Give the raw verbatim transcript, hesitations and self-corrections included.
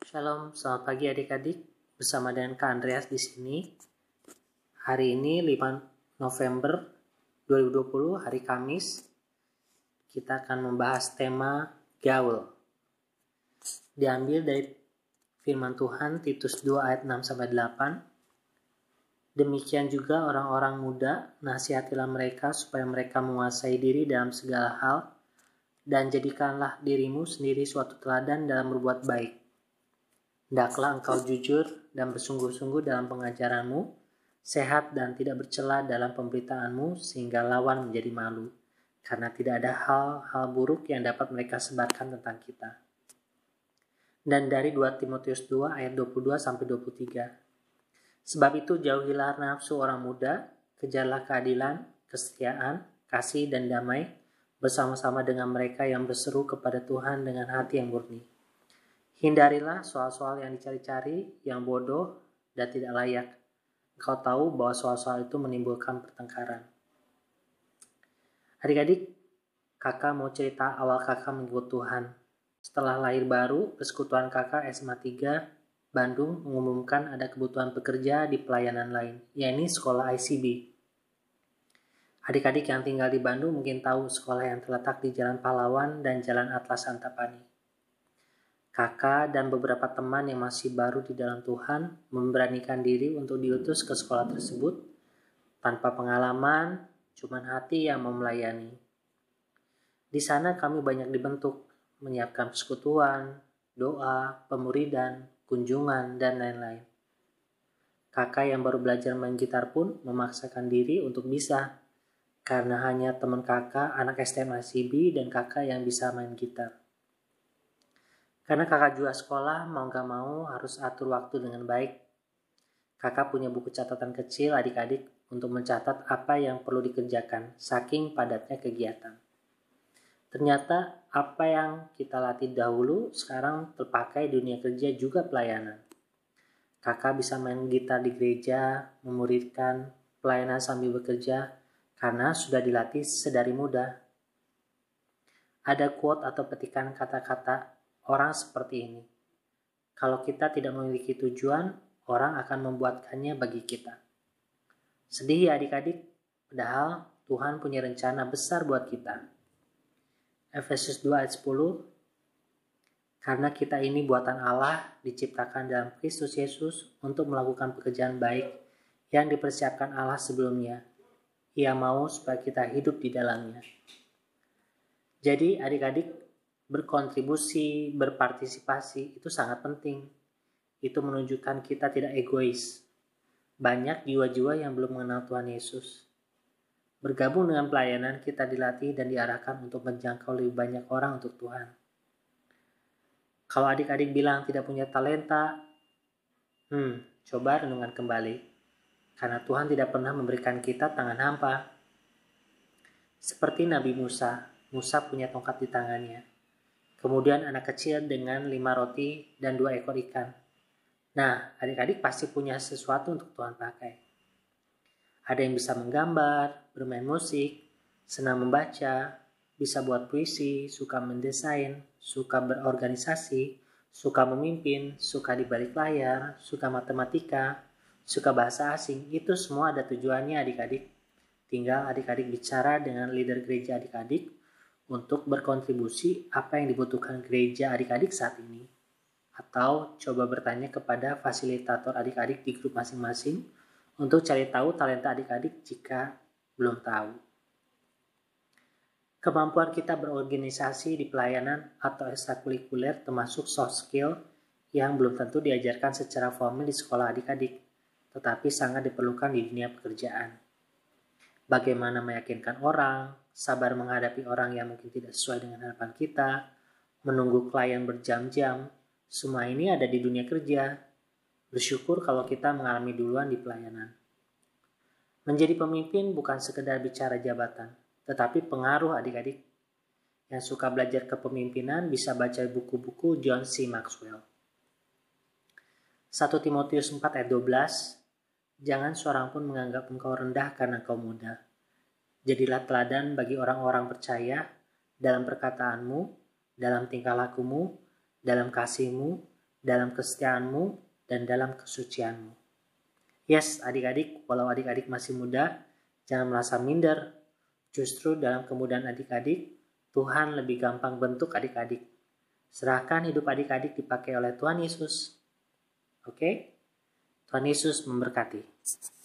Shalom, selamat pagi adik-adik. Bersama dengan Kak Andreas di sini. Hari ini lima November dua ribu dua puluh, hari Kamis. Kita akan membahas tema gaul. Diambil dari firman Tuhan Titus dua ayat enam sampai delapan. Demikian juga orang-orang muda, nasihatilah mereka supaya mereka menguasai diri dalam segala hal, dan jadikanlah dirimu sendiri suatu teladan dalam berbuat baik. Hendaklah engkau jujur dan bersungguh-sungguh dalam pengajaranmu, sehat dan tidak bercela dalam pemberitaanmu, sehingga lawan menjadi malu, karena tidak ada hal-hal buruk yang dapat mereka sebarkan tentang kita. Dan dari dua Timotius dua ayat dua puluh dua sampai dua puluh tiga. Sebab itu jauhilah nafsu orang muda, kejarlah keadilan, kesetiaan, kasih dan damai, bersama-sama dengan mereka yang berseru kepada Tuhan dengan hati yang murni. Hindarilah soal-soal yang dicari-cari, yang bodoh dan tidak layak. Engkau tahu bahwa soal-soal itu menimbulkan pertengkaran. Adik-adik, kakak mau cerita awal kakak mengikut Tuhan. Setelah lahir baru, persekutuan kakak S M A tiga Bandung mengumumkan ada kebutuhan pekerja di pelayanan lain, yaitu sekolah I C B. Adik-adik yang tinggal di Bandung mungkin tahu sekolah yang terletak di Jalan Pahlawan dan Jalan Atlas Antapani. Kakak dan beberapa teman yang masih baru di dalam Tuhan memberanikan diri untuk diutus ke sekolah tersebut tanpa pengalaman, cuman hati yang mau melayani. Di sana kami banyak dibentuk, menyiapkan persekutuan, doa, pemuridan, kunjungan, dan lain-lain. Kakak yang baru belajar main gitar pun memaksakan diri untuk bisa, karena hanya teman kakak anak S T M I C B dan kakak yang bisa main gitar. Karena kakak juga sekolah, mau gak mau harus atur waktu dengan baik. Kakak punya buku catatan kecil adik-adik untuk mencatat apa yang perlu dikerjakan, saking padatnya kegiatan. Ternyata apa yang kita latih dahulu sekarang terpakai di dunia kerja juga pelayanan. Kakak bisa main gitar di gereja, memuridkan, pelayanan sambil bekerja, karena sudah dilatih sedari muda. Ada quote atau petikan kata-kata orang seperti ini. Kalau kita tidak memiliki tujuan, orang akan membuatkannya bagi kita. Sedih ya adik-adik, padahal Tuhan punya rencana besar buat kita. Efesus dua ayat sepuluh. Karena kita ini buatan Allah, diciptakan dalam Kristus Yesus untuk melakukan pekerjaan baik yang dipersiapkan Allah sebelumnya. Ia mau supaya kita hidup di dalamnya. Jadi adik-adik, berkontribusi, berpartisipasi itu sangat penting. Itu menunjukkan kita tidak egois. Banyak jiwa-jiwa yang belum mengenal Tuhan Yesus. Bergabung dengan pelayanan, kita dilatih dan diarahkan untuk menjangkau lebih banyak orang untuk Tuhan. Kalau adik-adik bilang tidak punya talenta, hmm, coba renungan kembali. Karena Tuhan tidak pernah memberikan kita tangan hampa. Seperti Nabi Musa, Musa punya tongkat di tangannya. Kemudian anak kecil dengan lima roti dan dua ekor ikan. Nah, adik-adik pasti punya sesuatu untuk Tuhan pakai. Ada yang bisa menggambar, bermain musik, senang membaca, bisa buat puisi, suka mendesain, suka berorganisasi, suka memimpin, suka di balik layar, suka matematika, suka bahasa asing. Itu semua ada tujuannya adik-adik. Tinggal adik-adik bicara dengan leader gereja adik-adik untuk berkontribusi apa yang dibutuhkan gereja adik-adik saat ini. Atau coba bertanya kepada fasilitator adik-adik di grup masing-masing untuk cari tahu talenta adik-adik jika belum tahu. Kemampuan kita berorganisasi di pelayanan atau ekstrakurikuler termasuk soft skill yang belum tentu diajarkan secara formal di sekolah adik-adik, tetapi sangat diperlukan di dunia pekerjaan. Bagaimana meyakinkan orang, sabar menghadapi orang yang mungkin tidak sesuai dengan harapan kita, menunggu klien berjam-jam, semua ini ada di dunia kerja. Bersyukur kalau kita mengalami duluan di pelayanan. Menjadi pemimpin bukan sekedar bicara jabatan, tetapi pengaruh adik-adik. Yang suka belajar kepemimpinan bisa baca buku-buku John C. Maxwell. satu Timotius empat ayat dua belas. Jangan seorang pun menganggap engkau rendah karena engkau muda. Jadilah teladan bagi orang-orang percaya dalam perkataanmu, dalam tingkah lakumu, dalam kasihmu, dalam kesetiaanmu, dan dalam kesucianmu. Yes, adik-adik, walau adik-adik masih muda, jangan merasa minder. Justru dalam kemudahan adik-adik, Tuhan lebih gampang bentuk adik-adik. Serahkan hidup adik-adik dipakai oleh Tuhan Yesus. Oke? Tuhan Yesus memberkati.